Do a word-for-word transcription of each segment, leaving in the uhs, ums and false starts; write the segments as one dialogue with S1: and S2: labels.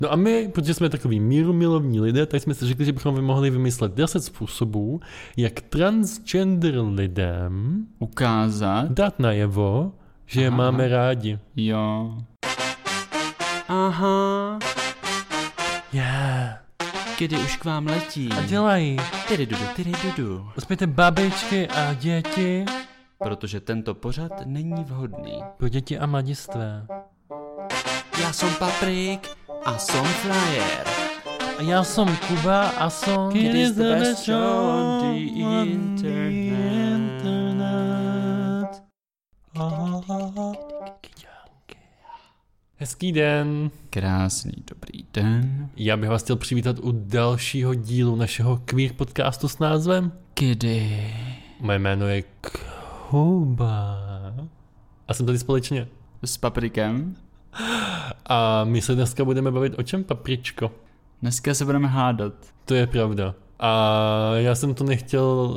S1: No a my, protože jsme takový mírumilovní lidé, tak jsme si řekli, že bychom mohli vymyslet deset způsobů, jak transgender lidem
S2: ukázat,
S1: dát najevo, že je
S2: aha,
S1: máme rádi.
S2: Jo. Aha.
S1: Yeah.
S2: Kdy už k vám letí.
S1: A dělají.
S2: Tyry dudu, tyry dudu.
S1: Uspějte babičky a děti.
S2: Protože tento pořad není vhodný
S1: pro děti a mladistvé.
S2: Já jsem Paprik a jsem Flyer.
S1: A já jsem Kuba a jsem
S2: It is the best show on the internet.
S1: Hezký den.
S2: Krásný dobrý den.
S1: Já bych vás chtěl přivítat u dalšího dílu našeho queer podcastu s názvem
S2: Kdy.
S1: Moje jméno je Kuba. A jsem tady společně
S2: S Paprikem.
S1: A my se dneska budeme bavit o čem, Papričko?
S2: Dneska se budeme hádat.
S1: To je pravda. A já jsem to nechtěl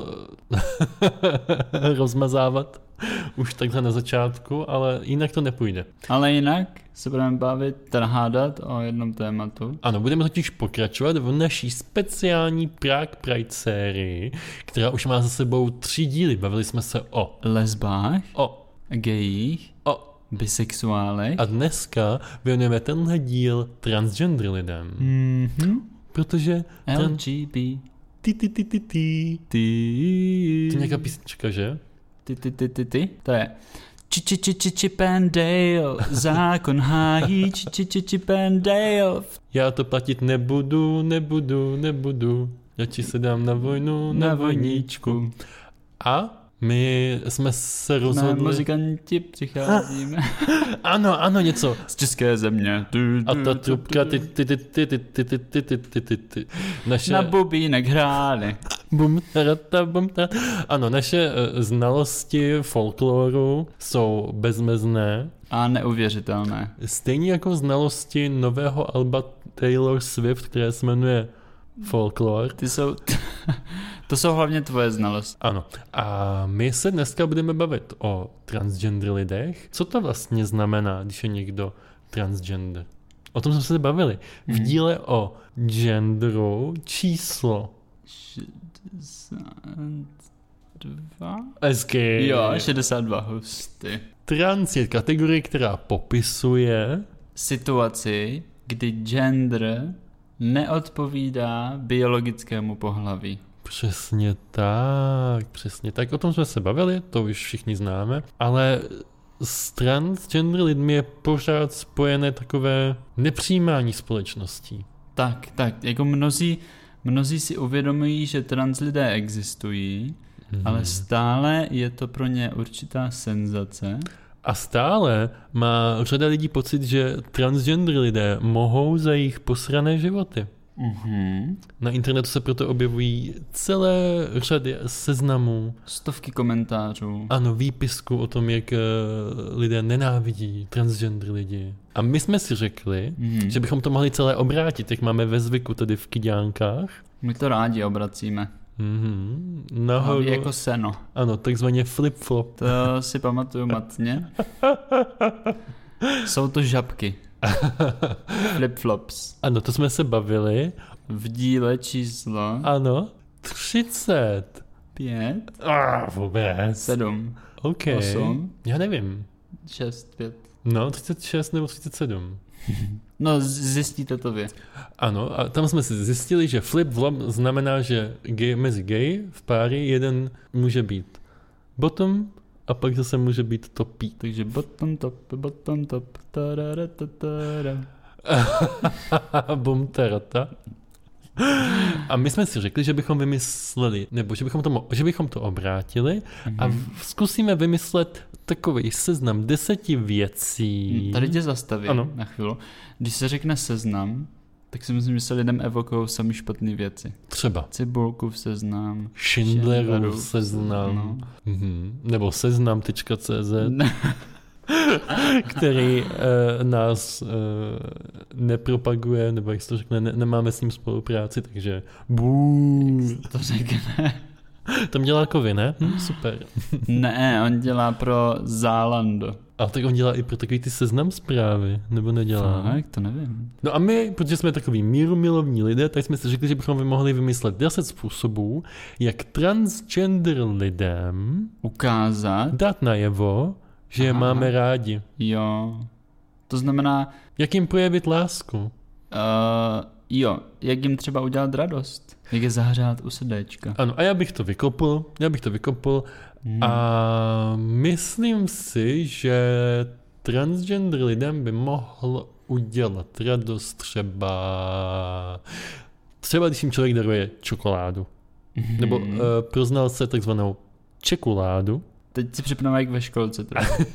S1: rozmazávat už takhle na začátku, ale jinak to nepůjde.
S2: Ale jinak se budeme bavit, teda hádat o jednom tématu.
S1: Ano, budeme totiž pokračovat v naší speciální Prague Pride sérii, která už má za sebou tři díly. Bavili jsme se o
S2: lesbách,
S1: o
S2: gejích,
S1: o
S2: bisexuálech.
S1: A dneska věnujeme tenhle díl transgender lidem.
S2: Mhm.
S1: Protože
S2: L G B
S1: Ty, ty, ty, ty, ty.
S2: Ty.
S1: To je nějaká písnička, že?
S2: Ty, ty, ty, ty, ty. To je Či, či, či, či, Chip and Dale, zákon hájí, či, či, či, Chip and Dale.
S1: Já to platit nebudu, nebudu, nebudu. Já ti se dám na vojnu, na,
S2: Na
S1: vojníčku.
S2: vojníčku.
S1: A my jsme se
S2: Na
S1: rozhodli...
S2: muzikanti přicházíme.
S1: Ano, ano, něco.
S2: Z české země.
S1: A ta trubka, ty, ty, ty, ty, ty, ty, ty, ty, ty, ty, ty, ty. Naše...
S2: Na bubínek hráli.
S1: Bum, tarata, bum, tarata. Ano, naše uh, znalosti folkloru jsou bezmezné.
S2: A neuvěřitelné.
S1: Stejně jako znalosti nového alba Taylor Swift, které se jmenuje Folklore.
S2: Ty jsou... To jsou hlavně tvoje znalosti.
S1: Ano. A my se dneska budeme bavit o transgender lidech. Co to vlastně znamená, když je někdo transgender? O tom jsme se bavili. V díle o genderu číslo
S2: šedesát dva
S1: Hezky.
S2: Jo, šedesát dva hustý.
S1: Trans je kategorie, která popisuje
S2: situaci, kdy gender neodpovídá biologickému pohlaví.
S1: Přesně tak, přesně tak. O tom jsme se bavili, to už všichni známe, ale s transgender lidmi je pořád spojené takové nepřijímání společností.
S2: Tak, tak, jako mnozí, mnozí si uvědomují, že trans lidé existují, hmm. ale stále je to pro ně určitá senzace.
S1: A stále má řada lidí pocit, že transgender lidé mohou za jejich posrané životy.
S2: Mm-hmm.
S1: Na internetu se proto objevují celé řady seznamů.
S2: Stovky komentářů.
S1: Ano, výpisku o tom, jak lidé nenávidí transgender lidi. A my jsme si řekli, mm-hmm. že bychom to mohli celé obrátit, jak máme ve zvyku tady v Kyďánkách.
S2: My to rádi obracíme.
S1: Mm-hmm. Nahoru.
S2: Hlavně jako seno.
S1: Ano, takzvaně flip-flop.
S2: To si pamatuju matně. Jsou to žabky. Flip-flops.
S1: Ano, to jsme se bavili.
S2: V díle číslo...
S1: Ano, třicet.
S2: Pět.
S1: Ah, vůbec.
S2: Sedm.
S1: OK.
S2: Osm.
S1: Já nevím.
S2: Šest, pět.
S1: No, třicet šest nebo třicet sedm.
S2: No, zjistíte to vy.
S1: Ano, a tam jsme si zjistili, že flip-flop znamená, že gay, mezi gay v páry jeden může být bottom a pak zase může být topí.
S2: Takže bottom top, bottom top, tararatatara.
S1: Bum tarata. A my jsme si řekli, že bychom vymysleli, nebo že bychom to, že bychom to obrátili mm-hmm. a v, zkusíme vymyslet takový seznam deseti věcí.
S2: Tady tě zastavím
S1: ano.
S2: na chvíli. Když se řekne seznam, tak si myslím, že se lidem evokují sami špatné věci.
S1: Třeba.
S2: Cibulku v seznam.
S1: Schindlerův seznam. No. Mm-hmm. Nebo seznam tečka cé zet. který uh, nás uh, nepropaguje, nebo jak se to řekne, ne, nemáme s ním spolupráci, takže bů.
S2: To řekne.
S1: Tam dělá Kovy, ne? Hm, super.
S2: Ne, on dělá pro Zálando.
S1: Ale tak on dělá i pro takový ty seznam zprávy, nebo nedělá?
S2: Tak, to nevím.
S1: No a my, protože jsme takový mírumilovní lidé, tak jsme si řekli, že bychom mohli vymyslet deset způsobů, jak transgender lidem
S2: ukázat,
S1: dát najevo, že je
S2: Aha.
S1: máme rádi.
S2: Jo. To znamená...
S1: Jak jim projevit lásku?
S2: Uh, jo, jak jim třeba udělat radost. Jak je zahřát u srdéčka.
S1: Ano, a já bych to vykopl, já bych to vykopl hmm. a myslím si, že transgender lidem by mohl udělat radost třeba, třeba když jim člověk daruje čokoládu. Hmm. Nebo uh, proznal se takzvanou čekuládu.
S2: Teď si připomínám, jak ve školce.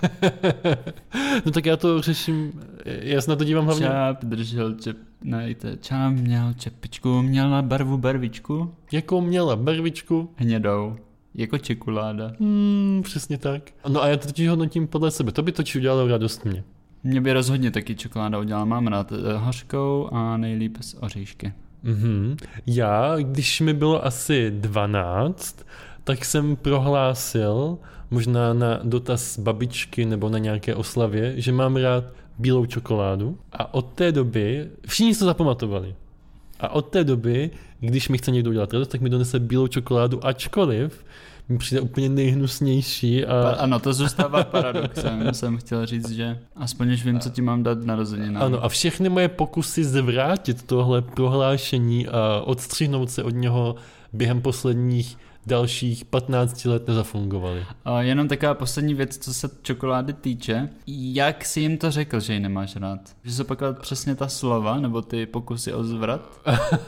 S1: No tak já to řeším, já se na to dívám hlavně.
S2: Čáp držel čep, nejte, čáp měl čepičku, měla barvu barvičku.
S1: Jakou měla barvičku?
S2: Hnědou, jako čekuláda.
S1: Hmm, přesně tak. No a já to totiž hodnotím podle sebe, to by totiž udělalo radost mě.
S2: Mě by rozhodně taky čokoláda udělala, mám rád hořkou a nejlíp s oříšky.
S1: Mm-hmm. Já, když mi bylo asi dvanáct, tak jsem prohlásil, možná na dotaz babičky nebo na nějaké oslavě, že mám rád bílou čokoládu a od té doby, všichni se to zapamatovali, a od té doby, když mi chce někdo udělat radost, tak mi donese bílou čokoládu, ačkoliv mi přijde úplně nejhnusnější. A...
S2: Pa, ano, to zůstává paradoxem, jsem chtěl říct, že aspoň už vím, co ti mám dát na narozeninám.
S1: Ano, a všechny moje pokusy zvrátit tohle prohlášení a odstřihnout se od něho během posledních dalších patnáct let nezafungovaly.
S2: A jenom taková poslední věc, co se čokolády týče. Jak jsi jim to řekl, že ji nemáš rád? Že jsi opakovat přesně ta slova, nebo ty pokusy o zvrat?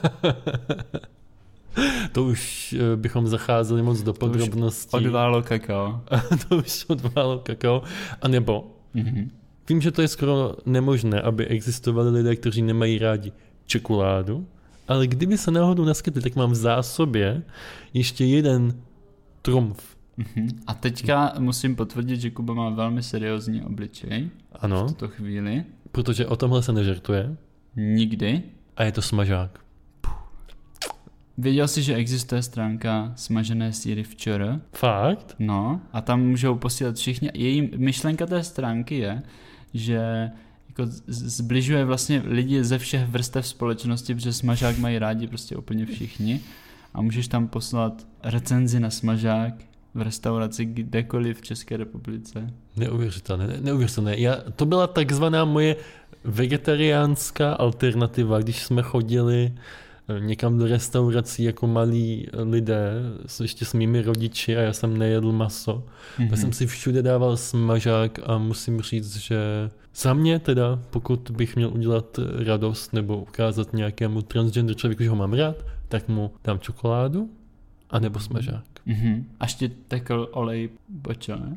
S1: To už bychom zacházeli moc do podrobností.
S2: Odválo kakao.
S1: To už odválo kakao. A nebo
S2: mm-hmm.
S1: vím, že to je skoro nemožné, aby existovali lidé, kteří nemají rádi čokoládu, ale kdyby se náhodou naskytli, tak mám v zásobě ještě jeden trumf.
S2: Mm-hmm. A teďka musím potvrdit, že Kuba má velmi seriózní obličej.
S1: Ano.
S2: V tuto chvíli.
S1: Protože o tomhle se nežertuje.
S2: Nikdy.
S1: A je to smažák.
S2: Věděl jsi, že existuje stránka smažené sýry v ČR?
S1: Fakt?
S2: No, a tam můžou posílat všichni. Její myšlenka té stránky je, že jako zbližuje vlastně lidi ze všech vrstev společnosti, protože smažák mají rádi prostě úplně všichni. A můžeš tam poslat recenzi na smažák v restauraci kdekoliv v České republice.
S1: Neuvěřitelné, ne, neuvěřitelné. Já, to byla takzvaná moje vegetariánská alternativa, když jsme chodili někam do restaurací jako malí lidé, ještě s mými rodiči a já jsem nejedl maso. Mm-hmm. Tak jsem si všude dával smažák a musím říct, že za mě teda, pokud bych měl udělat radost nebo ukázat nějakému transgender člověku, že ho mám rád, tak mu dám čokoládu a nebo smažák.
S2: Mm-hmm. Až ti tekl olej bočo, ne?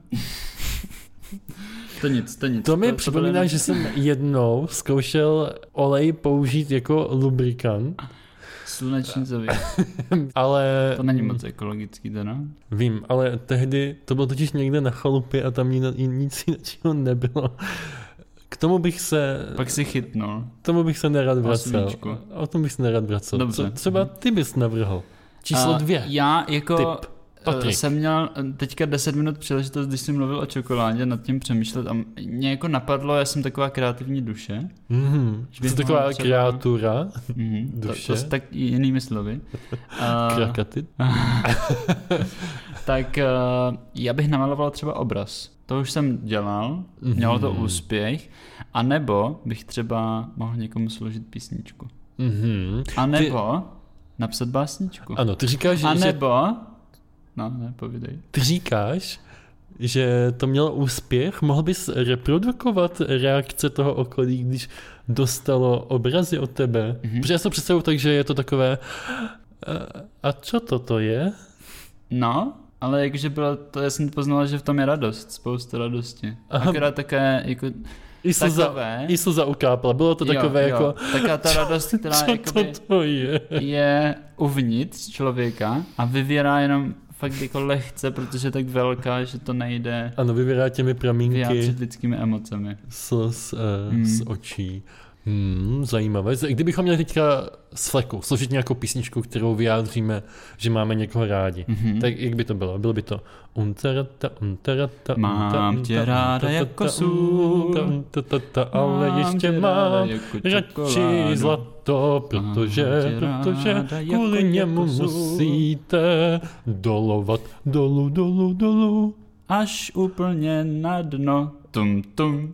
S2: To nic, to nic.
S1: To mi
S2: to,
S1: připomíná, to že jsem jednou zkoušel olej použít jako lubrikant.
S2: Sluneční zavě.
S1: Ale...
S2: To není moc ekologický teda.
S1: Vím, ale tehdy to bylo totiž někde na chalupě a tam nic jiného nebylo. K tomu bych se...
S2: Pak si chytnul.
S1: K tomu bych se nerad vracel.
S2: Osmičku.
S1: O tom bych se nerad vracel.
S2: Dobře.
S1: Co, třeba ty bys navrhl. Číslo
S2: a
S1: dvě.
S2: Já jako...
S1: Tip. Patrik.
S2: Jsem měl teďka deset minut příležitost, když jsem mluvil o čokoládě, nad tím přemýšlet a mě jako napadlo, já jsem taková kreativní duše.
S1: Mhm. Jsi taková třeba... kreatura.
S2: Mhm.
S1: Duše.
S2: To, to tak jinými slovy.
S1: Krakaty.
S2: Tak já bych namaloval třeba obraz. To už jsem dělal, mm-hmm. mělo to úspěch. A nebo bych třeba mohl někomu složit písničku.
S1: Mm-hmm.
S2: A nebo ty... napsat básničku.
S1: Ano, ty říkáš, že...
S2: A nebo... No, ne, povídej.
S1: Ty říkáš, že to mělo úspěch, mohl bys reprodukovat reakce toho okolí, když dostalo obrazy od tebe? Mm-hmm. Protože já se představuji tak, že je to takové a co toto je?
S2: No, ale jakože bylo to, já jsem poznala, že v tom je radost, spousta radosti. Akorát také jako...
S1: I slza, i slza ukápla, bylo to takové jo, jako...
S2: Jo. Taká ta radost, která
S1: co
S2: jakoby
S1: to je?
S2: je uvnitř člověka a vyvěrá jenom fakt jako lehce, protože je tak velká, že to nejde...
S1: Ano, vyvěrá těmi pramínky...
S2: vyjádřit lidskými emocemi.
S1: Slz uh, hmm. z očí. Hmm, zajímavé. Kdybychom měli teďka z fleku složit nějakou písničku, kterou vyjádříme, že máme někoho rádi, mm-hmm. tak jak by to bylo? Bylo by to unterata, unterata,
S2: mám tě ráda jako sůl,
S1: ale ještě mám radši zlato, protože, protože kvůli němu musíte dolovat dolů, dolů, dolů.
S2: Až úplně na dno. Tum, tum.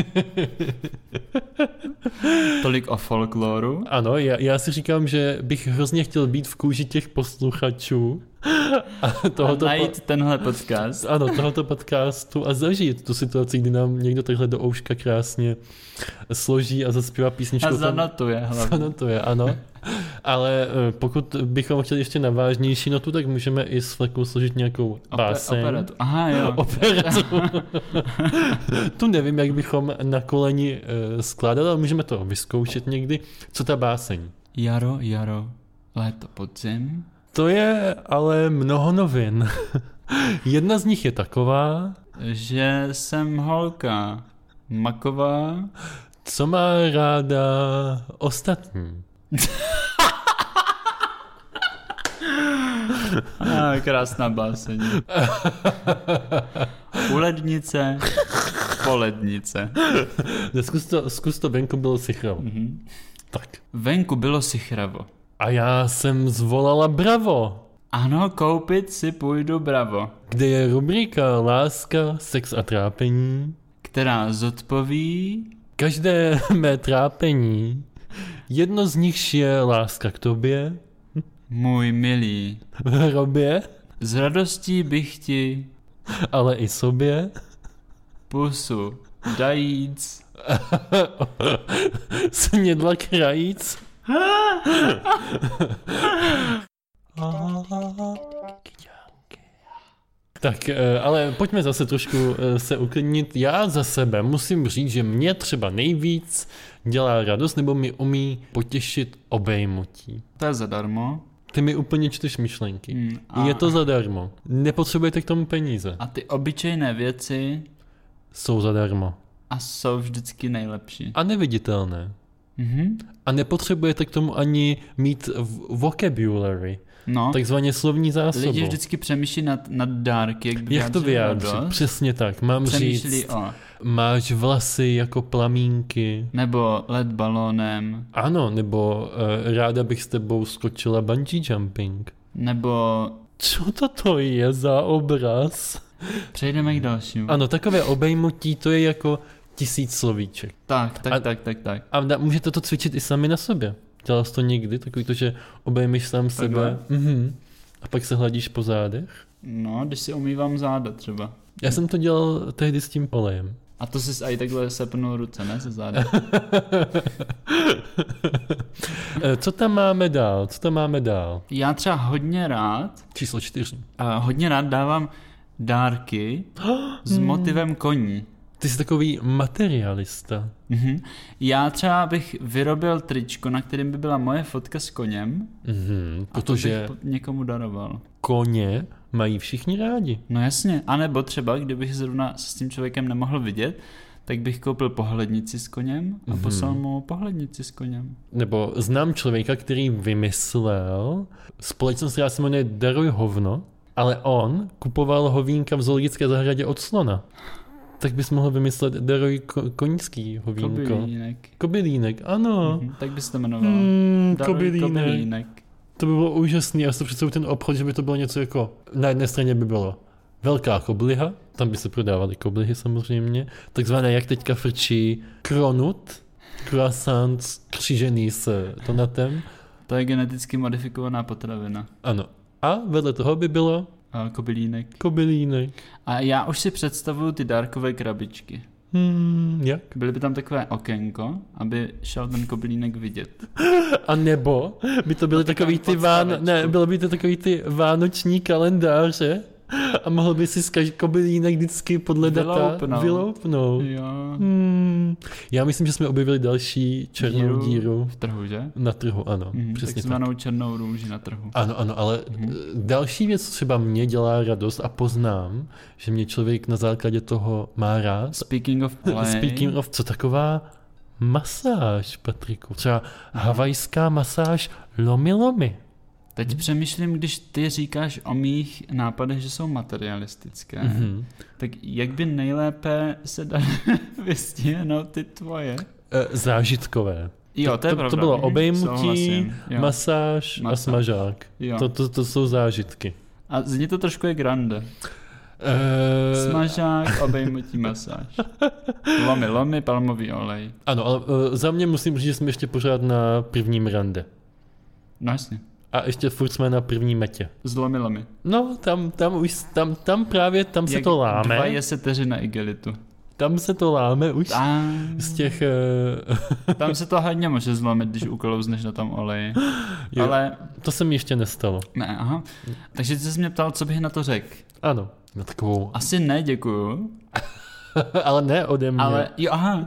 S2: Tolik o folkloru.
S1: Ano, já, já si říkám, že bych hrozně chtěl být v kůži těch posluchačů. A, tohoto
S2: a najít po... tenhle podcast.
S1: Ano, tohoto podcastu a zažít tu situaci, kdy nám někdo takhle do ouška krásně složí a zaspívá písničku.
S2: A zanotuje hlavně.
S1: Zanotuje, ano. Ale pokud bychom chtěli ještě na vážnější notu, tak můžeme i s fleku složit nějakou báseň.
S2: Operetu. Aha, jo.
S1: Operetu. Tu nevím, jak bychom na koleni skládali, ale můžeme to vyzkoušet někdy. Co ta báseň?
S2: Jaro, jaro, léto, podzim.
S1: To je ale mnoho novin. Jedna z nich je taková,
S2: že jsem holka maková,
S1: co má ráda ostatní.
S2: ah, krásná báseň. U lednice, po lednice.
S1: Zkus to, zkus to, venku bylo sichravo. Mm-hmm. Tak.
S2: Venku bylo sichravo.
S1: A já jsem zvolala Bravo.
S2: Ano, koupit si půjdu Bravo.
S1: Kde je rubrika Láska, sex a trápení,
S2: která zodpoví
S1: každé mé trápení. Jedno z nich je láska k tobě.
S2: Můj milý.
S1: V hrobě.
S2: S radostí bych ti.
S1: Ale i sobě.
S2: Pusu dajíc.
S1: Snědla krajíc. Tak, ale pojďme zase trošku se uklidnit. Já za sebe musím říct, že mě třeba nejvíc dělá radost, nebo mi umí potěšit obejmutí.
S2: To je zadarmo.
S1: Ty mi úplně čteš myšlenky. Hmm, a... Je to zadarmo. Nepotřebujete k tomu peníze.
S2: A ty obyčejné věci
S1: jsou zadarmo.
S2: A jsou vždycky nejlepší.
S1: A neviditelné.
S2: Mm-hmm.
S1: A nepotřebujete k tomu ani mít vocabulary.
S2: No.
S1: Takzvaně slovní zásobu.
S2: Lidi vždycky přemýšlí nad, nad dárky, jak,
S1: jak to vyjádřit. Přesně tak. Mám
S2: přemýšlí
S1: říct,
S2: o...
S1: máš vlasy jako plamínky.
S2: Nebo led balónem.
S1: Ano, nebo uh, ráda bych s tebou skočila bungee jumping.
S2: Nebo...
S1: Co toto je za obraz?
S2: Přejdeme k dalšímu.
S1: Ano, takové obejmutí, to je jako tisíc slovíček.
S2: Tak, tak,
S1: a,
S2: tak, tak, tak.
S1: A da, můžete to cvičit i sami na sobě. Dělal jsi to někdy? Takový to, že obejmíš sám sebe. Mhm. A pak se hladíš po zádech?
S2: No, když si umývám záda třeba.
S1: Já jsem to dělal tehdy s tím olejem.
S2: A to jsi i takhle sepnul ruce, ne? Se záda.
S1: Co tam máme dál? Co tam máme dál?
S2: Já třeba hodně rád...
S1: Číslo čtyři.
S2: A hodně rád dávám dárky s motivem koní.
S1: Ty jsi takový materialista.
S2: Mm-hmm. Já třeba bych vyrobil tričko, na kterém by byla moje fotka s koněm.
S1: Mm-hmm,
S2: a
S1: protože
S2: to bych někomu daroval.
S1: Koně mají všichni rádi.
S2: No jasně. A nebo třeba, kdybych zrovna se s tím člověkem nemohl vidět, tak bych koupil pohlednici s koněm a mm-hmm. poslal mu pohlednici s koněm.
S1: Nebo znám člověka, který vymyslel společnost, která se jmenuje Daruj hovno, ale on kupoval hovínka v zoologické zahradě od slona. Tak bys mohl vymyslet Daruj ko- koňský hovínko.
S2: Kobylínek.
S1: Kobylínek, ano.
S2: Mm-hmm, tak bys to jmenoval.
S1: Mm,
S2: Daruj
S1: kobylínek.
S2: kobylínek.
S1: To by bylo úžasný. Já si představuji ten obchod, že by to bylo něco jako... Na jedné straně by bylo velká kobliha, tam by se prodávaly koblihy samozřejmě, takzvané, jak teďka frčí, kronut, croissant křížený s tonatem.
S2: To je geneticky modifikovaná potravina.
S1: Ano. A vedle toho by bylo...
S2: A kobylínek.
S1: Kobylínek.
S2: A já už si představuju ty dárkové krabičky.
S1: Hmm, jak?
S2: Byly by tam takové okénko, aby šel ten kobylínek vidět.
S1: A nebo by to byly takový ty ván... Ne, bylo by to takový ty vánoční kalendáře a mohl by si z každý kobylínek vždycky podle data vyloupnout.
S2: Jo.
S1: Hmm. Já myslím, že jsme objevili další černou díru, díru.
S2: V trhu, že?
S1: Na trhu, ano.
S2: Mm,
S1: přesně
S2: takzvanou
S1: tak.
S2: černou růži na trhu.
S1: Ano, ano, ale mm. další věc třeba mě dělá radost a poznám, že mě člověk na základě toho má rád.
S2: Speaking of play.
S1: Speaking of, co taková masáž, Patriku. Třeba havajská masáž lomi lomi.
S2: Teď hmm. přemýšlím, když ty říkáš o mých nápadech, že jsou materialistické, mm-hmm. tak jak by nejlépe se dali vystihnout ty tvoje?
S1: E, zážitkové.
S2: Jo, to je
S1: to,
S2: pravda.
S1: To bylo obejmutí,
S2: masáž,
S1: masáž a smažák. To, to, to jsou zážitky.
S2: A zní to trošku je grande.
S1: Uh...
S2: Smažák, obejmutí, masáž. Lomi, lomi, palmový olej.
S1: Ano, ale uh, za mě musím říct, že jsme ještě pořád na prvním rande.
S2: No jasně.
S1: A ještě furt jsme na první metě.
S2: Z lomi, lomi.
S1: No, tam, tam už, tam, tam právě, tam Jak se to láme.
S2: Dva jeseteři na igelitu.
S1: Tam se to láme už
S2: a...
S1: z těch... Uh...
S2: Tam se to hodně může zlomit, když uklouzneš na tom oleji. Jo, ale...
S1: To se mi ještě nestalo.
S2: Ne, aha. Takže ty jsi mě ptal, co bych na to řekl.
S1: Ano, na takovou...
S2: Asi ne, děkuju.
S1: Ale ne ode mě.
S2: Ale jo, aha.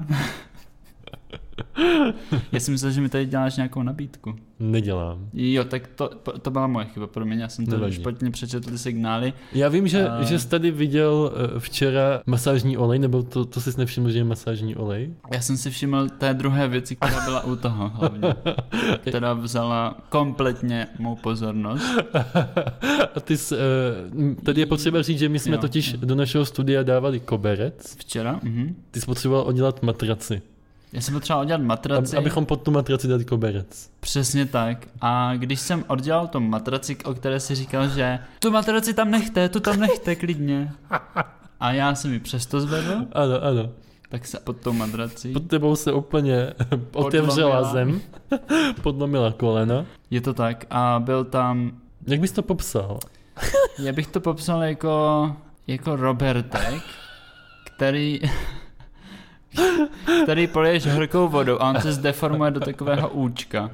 S2: Já si myslel, že mi tady děláš nějakou nabídku.
S1: Nedělám.
S2: Jo, tak to, to byla moje chyba, pro mě. Já jsem to Nevadí. špatně přečetl signály.
S1: Já vím, že, a... že jsi tady viděl včera masážní olej, nebo to, to jsi nevšiml, že je masážní olej?
S2: Já jsem si všiml té druhé věci, která byla u toho hlavně. Která vzala kompletně mou pozornost.
S1: A ty jsi, tady je potřeba říct, že my jsme jo. totiž do našeho studia dávali koberec.
S2: Včera? Mhm.
S1: Ty jsi potřeboval udělat matraci.
S2: Já jsem potřeboval udělat matraci.
S1: Abychom pod tu matraci dali koberec.
S2: Přesně tak. A když jsem oddělal tu matraci, o které si říkal, že tu matraci tam nechte, tu tam nechte klidně. A já jsem ji přesto zvedl.
S1: Ano, ano.
S2: Tak se pod tou matrací.
S1: Pod tebou se úplně otevřela zem. Podlomila kolena.
S2: Je to tak. A byl tam...
S1: Jak bys to popsal?
S2: Já bych to popsal jako, jako Robertek, který... který poliješ horkou vodou a on se zdeformuje do takového účka.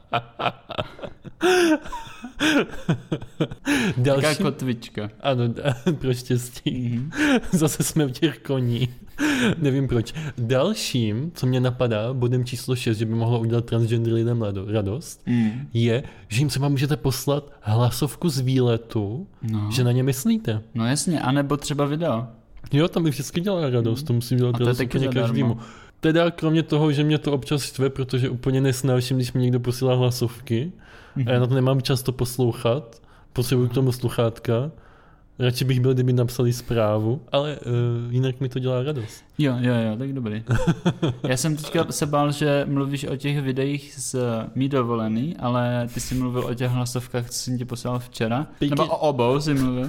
S2: Další... Taká kotvička.
S1: Ano, pro štěstí. Mm-hmm. Zase jsme v těch koní. Nevím proč. Dalším, co mě napadá, bodem číslo šest, že by mohlo udělat transgender lidem radost, mm. je, že jim třeba můžete poslat hlasovku z výletu, no. že na ně myslíte.
S2: No jasně, anebo třeba video.
S1: Jo, tam by vždycky dělá radost, to musím dělat radost úplně každému. Teda kromě toho, že mě to občas štve, protože úplně nesnáším, když mi někdo posílá hlasovky mm-hmm. a já na to nemám často poslouchat, potřebuji k tomu sluchátka, radši bych byl, kdyby napsali zprávu, ale uh, jinak mi to dělá radost.
S2: Jo, jo, jo, tak dobrý. Já jsem teďka se bál, že mluvíš o těch videích z mý dovolený, ale ty jsi mluvil o těch hlasovkách, co jsem ti poslal včera. Pěkně. Nebo o obou jsi mluvil.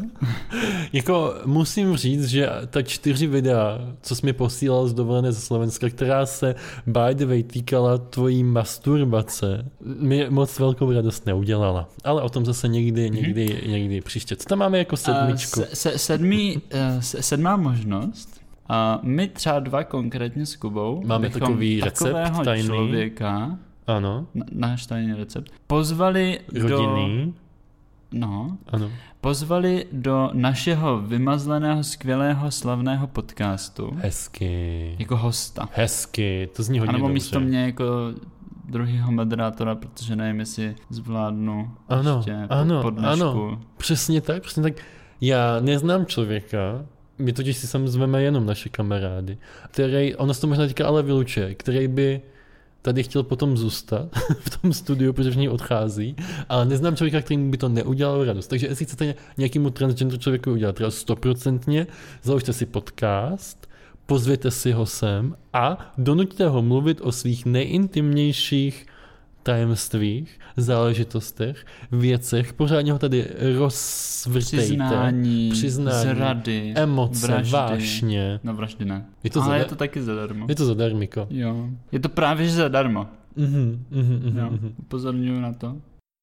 S1: Jako musím říct, že ta čtyři videa, co jsi mi posílal z dovolené ze Slovenska, která se by the way týkala tvojí masturbace, mi moc velkou radost neudělala. Ale o tom zase někdy, někdy, mm-hmm. někdy příště. Co tam máme jako sedmičku?
S2: Uh, se, sedmý, uh, sedmá možnost. A my třeba dva konkrétně s Kubou
S1: máme takový recept tajný
S2: člověka,
S1: ano.
S2: Na, náš tajný recept, pozvali
S1: rodinný.
S2: do no,
S1: ano.
S2: pozvali do našeho vymazleného, skvělého, slavného podcastu.
S1: Hezky.
S2: Jako hosta.
S1: Hezky, to zní hodně
S2: dobře. A nebo
S1: dobře.
S2: místo mě jako druhýho moderátora, protože nevím, jestli zvládnu
S1: ano,
S2: ještě
S1: ano,
S2: po dnešku.
S1: Ano, přesně tak, přesně tak. Já neznám člověka, my totiž si sem zveme jenom naše kamarády, který, ono se to možná týká ale vylučuje, který by tady chtěl potom zůstat v tom studiu, protože v něj odchází, ale neznám člověka, kterým by to neudělalo radost. Takže jestli chcete nějakému transgender člověku udělat radost stoprocentně, založte si podcast, pozvěte si ho sem a donuďte ho mluvit o svých nejintimnějších tajemstvích, záležitostech, věcech, pořádně ho tady rozvrtejte.
S2: Přiznání,
S1: přiznání
S2: zrady,
S1: emoce,
S2: vraždy.
S1: vášně.
S2: No vraždy ne.
S1: Je to
S2: Ale
S1: zadar...
S2: je to taky zadarmo.
S1: Je to zadarmiko.
S2: Jo. Je to právě že zadarmo.
S1: Mhm, mhm, mhm,
S2: jo.
S1: mhm.
S2: Upozorňuji na to.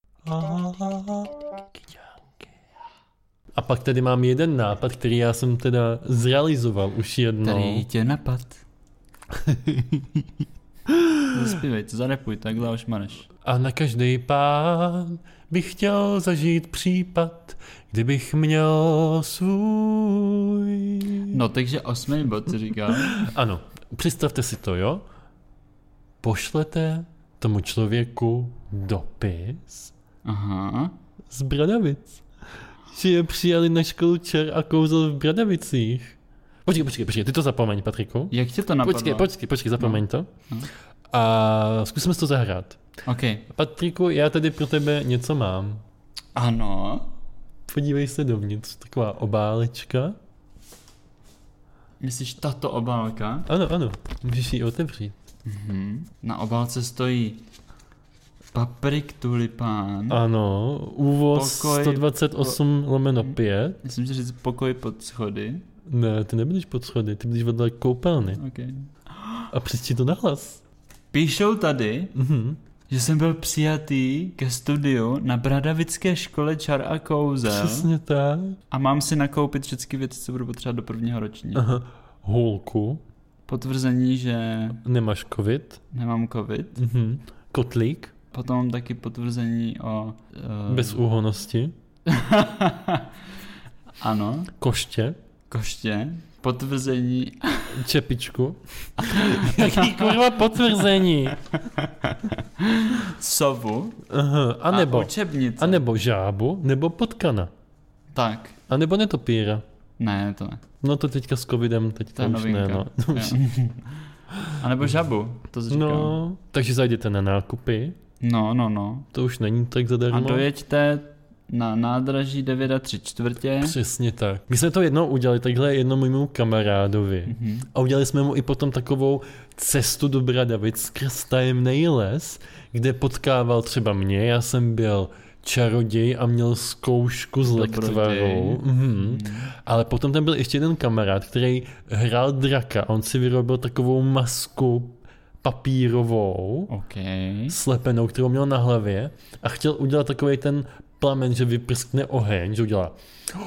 S1: A pak tady mám jeden nápad, který já jsem teda zrealizoval už jednou.
S2: Který tě napad. Zaspívej to, zarepuj, takhle už maneš.
S1: A na každý pán bych chtěl zažít případ, kdybych měl svůj.
S2: No, takže osmý bod si říkal.
S1: Ano, představte si to, jo? Pošlete tomu člověku dopis.
S2: Aha.
S1: Z Bradavic. Že je přijali na školu čer a kouzel v Bradavicích. Počkej, počkej, počkej, ty to zapomeň, Patriku.
S2: Jak tě to napadlo?
S1: Počkej, počkej, počkej, zapomeň no. to. No. A zkusíme si to zahrát.
S2: OK.
S1: Patriku, já tady pro tebe něco mám.
S2: Ano.
S1: Podívej se dovnitř, taková obálečka.
S2: Myslíš tato obálka?
S1: Ano, ano, můžeš ji otevřít.
S2: Mhm. Na obálce stojí Paprik tulipán.
S1: Ano, úvoz
S2: Pokoj-
S1: sto dvacet osm lomeno pět.
S2: Myslím, že říct pokoj pod schody.
S1: Ne, ty nebudeš pod schody, ty budeš vedle koupelny.
S2: Okay.
S1: A přečti to nahlas.
S2: Píšou tady,
S1: Mhm.
S2: že jsem byl přijatý ke studiu na Bradavické škole čar a kouzel
S1: Přesně tak.
S2: a mám si nakoupit všechny věci, co budu potřebovat do prvního ročníku.
S1: Aha. Hůlku,
S2: Potvrzení, že
S1: nemáš covid.
S2: nemám covid.
S1: Mhm. Kotlík,
S2: Potom mám taky potvrzení o... Uh...
S1: bez úhonnosti.
S2: Ano,
S1: Koště,
S2: koště. Potvrzení...
S1: čepičku. Jaký kurva potvrzení?
S2: Sovu.
S1: Aha. A nebo,
S2: A učebnice.
S1: a nebo žábu, nebo potkana.
S2: Tak.
S1: A nebo netopíra.
S2: Ne, to ne.
S1: No to teďka s covidem, teď
S2: To
S1: to,
S2: je
S1: už
S2: novinka.
S1: ne, no.
S2: Jo. A nebo žabu, to jsi říkal.
S1: No, takže zajděte na nákupy,
S2: No, no, no.
S1: to už není tak
S2: A
S1: zadarmo.
S2: dojeďte na nádraží devět a tři čtvrtě.
S1: Přesně tak. My jsme to jednou udělali, takhle jednomu mému kamarádovi.
S2: Mhm.
S1: A udělali jsme mu i potom takovou cestu do Bradavic skrz tajemnej les, kde potkával třeba mě, já jsem byl čaroděj a měl zkoušku z
S2: Dobroděj.
S1: lektvarou. Mhm.
S2: Mhm.
S1: Ale potom tam byl ještě jeden kamarád, který hrál draka. On si vyrobil takovou masku papírovou,
S2: OK.
S1: slepenou, kterou měl na hlavě a chtěl udělat takový ten plamen, že vyprskne oheň, že udělá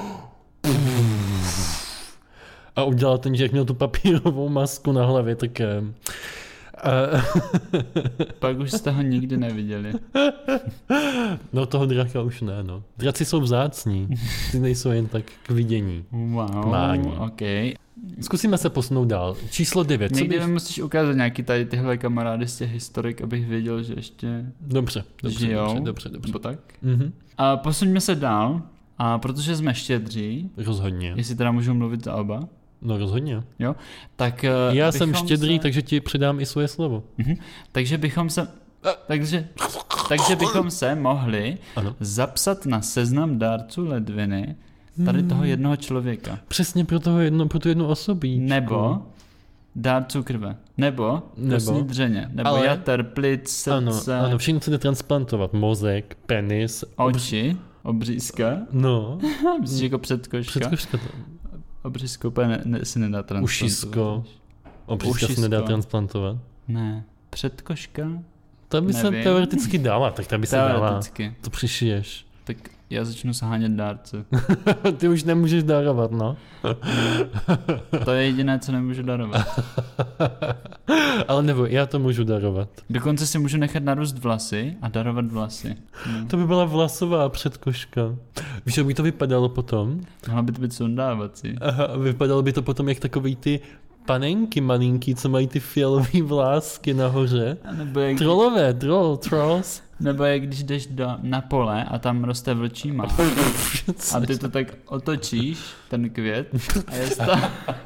S1: a udělal ten, že jak měl tu papírovou masku na hlavě, tak eh, a,
S2: Pak už jste ho nikdy neviděli.
S1: no toho draka už ne, no. Draci jsou vzácní, ty nejsou jen tak k vidění.
S2: Wow,
S1: Mání.
S2: OK.
S1: Zkusíme se posunout dál. Číslo devět. Co
S2: Někdy
S1: bych...
S2: mi musíš ukázat nějaký tady tyhle kamarády z těch historik, abych věděl, že ještě
S1: Dobře, dobře,
S2: žijou.
S1: dobře, dobře, dobře.
S2: Nebo tak.
S1: Mhm.
S2: A posuňme se dál. A protože jsme štědří,
S1: Rozhodně.
S2: jestli teda můžu mluvit za oba,
S1: No rozhodně.
S2: tak eh,
S1: Já jsem
S2: bychom
S1: štědrý,
S2: se...
S1: takže ti předám i svoje slovo.
S2: Mhm. Takže bychom se... Takže, takže bychom se mohli
S1: Ano.
S2: zapsat na seznam dárců ledviny tady toho jednoho člověka.
S1: Přesně pro, toho jedno, pro tu jednu osobíčku.
S2: Nebo dárců krve. Nebo kostní
S1: Nebo.
S2: dřeně. Nebo
S1: Ale-
S2: jater, plic,
S1: Ano,
S2: srdce,
S1: ano, všechno chcete transplantovat. Mozek, penis,
S2: oči, obřízka.
S1: no,
S2: Myslíš jako předkoška?
S1: předkoška, to-
S2: Obřízko úplně ne, ne, si nedá transplantovat.
S1: ušisko. Obřízka se
S2: Ušisko.
S1: nedá transplantovat.
S2: Ne. Předkoška?
S1: Ta by se
S2: Nevím.
S1: teoreticky dala, tak ta by se dala.
S2: Teoreticky.
S1: To přišiješ.
S2: Tak já začnu sahánět dárce.
S1: Ty už nemůžeš darovat, no.
S2: To je jediné, co nemůžu darovat.
S1: Ale nebo já to můžu darovat.
S2: Dokonce si můžu nechat narůst vlasy a darovat vlasy. No.
S1: To by byla vlasová předkoška. Víš, jak by to vypadalo potom?
S2: Mohla by to být sundávací.
S1: Aha, vypadalo by to potom jak takový ty panenky malinký, co mají ty fialové vlásky nahoře.
S2: A nebo jak,
S1: Trollové, troll, trolls.
S2: nebo jak když jdeš do, na pole a tam roste vlčí mák. A ty to tak otočíš, ten květ, a je z toho,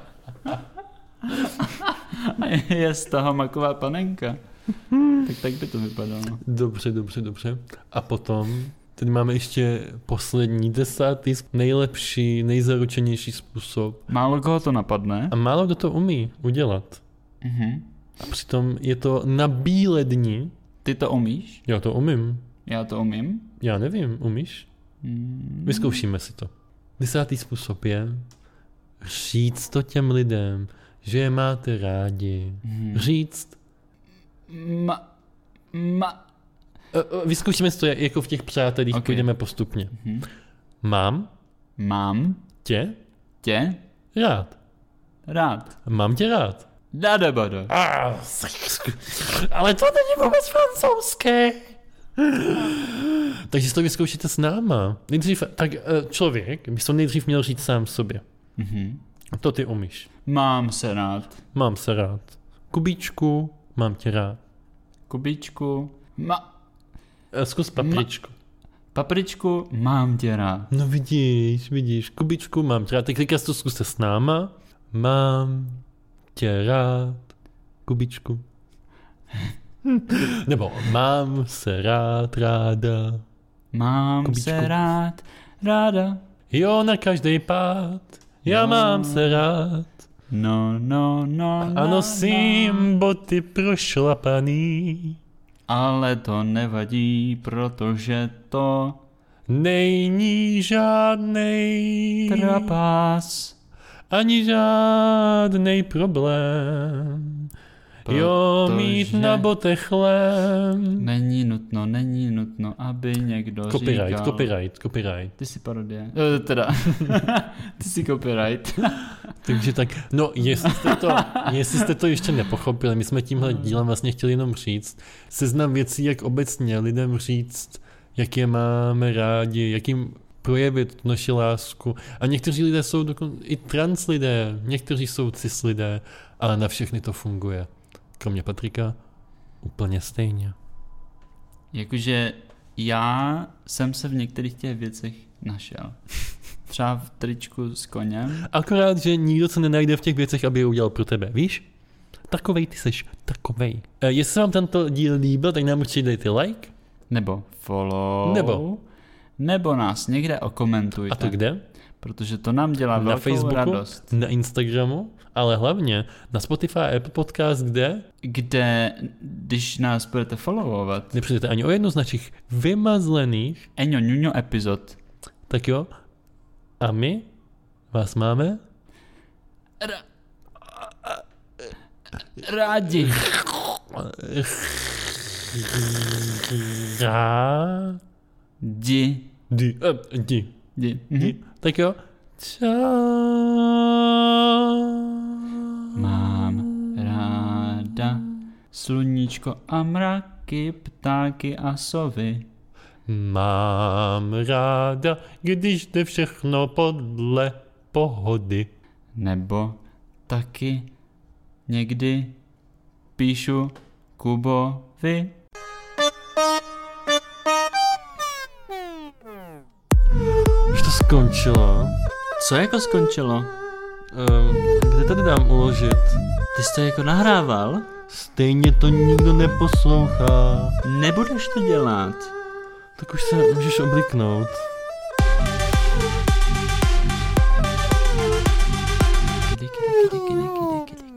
S2: a je z toho maková panenka. Tak tak by to vypadalo.
S1: Dobře, dobře, dobře. A potom, tady máme ještě poslední, desátý, nejlepší, nejzaručenější způsob.
S2: Málo koho to napadne.
S1: A málo kdo to umí udělat.
S2: Mhm.
S1: A přitom je to na bílé dni.
S2: Ty to umíš?
S1: Já to umím.
S2: Já to umím.
S1: Já nevím, umíš?
S2: Mm.
S1: Vyzkoušíme si to. Desátý způsob je říct to těm lidem, že je máte rádi.
S2: Mhm.
S1: Říct.
S2: Ma... Ma...
S1: E, e, Vyzkoušíme si to jako v těch přátelích,
S2: Ok.
S1: půjdeme postupně.
S2: Mhm.
S1: Mám
S2: Mám
S1: tě
S2: tě
S1: rád.
S2: rád.
S1: Mám tě rád.
S2: Dadabada.
S1: Ah, ale to není vůbec francouzské. Takže si to vyzkoušíte s náma. Nejdřív, tak e, člověk by to nejdřív měl říct sám sobě.
S2: Mhm.
S1: To ty umíš.
S2: Mám se rád.
S1: Mám se rád. Kubíčku, mám tě rád.
S2: Kubíčku. Ma...
S1: E, Zkus papričku.
S2: Papričku. Mám tě rád.
S1: No vidíš, vidíš. Kubíčku, mám tě rád. Tak teďka to zkuste s náma. Mám tě rád. Kubíčku. Nebo mám se rád, ráda.
S2: Mám
S1: Kubičku.
S2: se rád, ráda.
S1: Jo, na každý pád. Já
S2: Jo.
S1: mám se rád.
S2: No, no, no,
S1: A
S2: no,
S1: nosím
S2: no.
S1: boty prošlapaný.
S2: Ale to nevadí, protože to
S1: Není žádnej
S2: trapás.
S1: ani žádnej problém. Jo, mít
S2: Protože
S1: na botech chlém.
S2: Není nutno, není nutno, aby někdo
S1: Copyright,
S2: říkal.
S1: copyright, copyright.
S2: Ty jsi parodie. E, teda, ty jsi copyright.
S1: Takže tak, no jestli jste, to, jestli jste to ještě nepochopili, my jsme tímhle dílem vlastně chtěli jenom říct seznam věcí, jak obecně lidem říct, jak je máme rádi, jak jim projevit naši lásku. A někteří lidé jsou dokonce i trans lidé, někteří jsou cis lidé, ale na všechny to funguje. Kromě Patrika úplně stejně.
S2: Jakože já jsem se v některých těch věcech našel. Třeba v tričku s koněm.
S1: Akorát, že nikdo se nenajde v těch věcech, aby je udělal pro tebe, víš? Takovej ty seš, takovej. E, jestli vám tento díl líbil, tak nám určitě dejte like.
S2: Nebo follow.
S1: Nebo?
S2: Nebo nás někde okomentujte.
S1: A to kde?
S2: Protože to nám dělá
S1: Na
S2: velkou
S1: Facebooku,
S2: radost.
S1: na Instagramu, ale hlavně na Spotify a Apple Podcast, kde
S2: Kde, když nás budete followovat,
S1: nepřijdete ani o jednu z našich vymazlených,
S2: Eňo ňuňo epizod.
S1: tak jo. A my vás máme
S2: Ra- rádi. Di.
S1: Di. eh, Di.
S2: Di.
S1: Di.
S2: Mhm.
S1: Tak jo. Čau.
S2: Mám ráda sluníčko a mraky, ptáky a sovy.
S1: Mám ráda, když jde všechno podle pohody.
S2: Nebo taky někdy píšu Kubovi.
S1: Už to skončilo.
S2: Co jako skončilo?
S1: Um, kde tady dám uložit?
S2: Ty jsi to jako nahrával?
S1: Stejně to nikdo neposlouchá.
S2: Nebudeš to dělat.
S1: Tak už se můžeš obliknout.
S2: Kdy, kdy, kdy, kdy, kdy, kdy, kdy.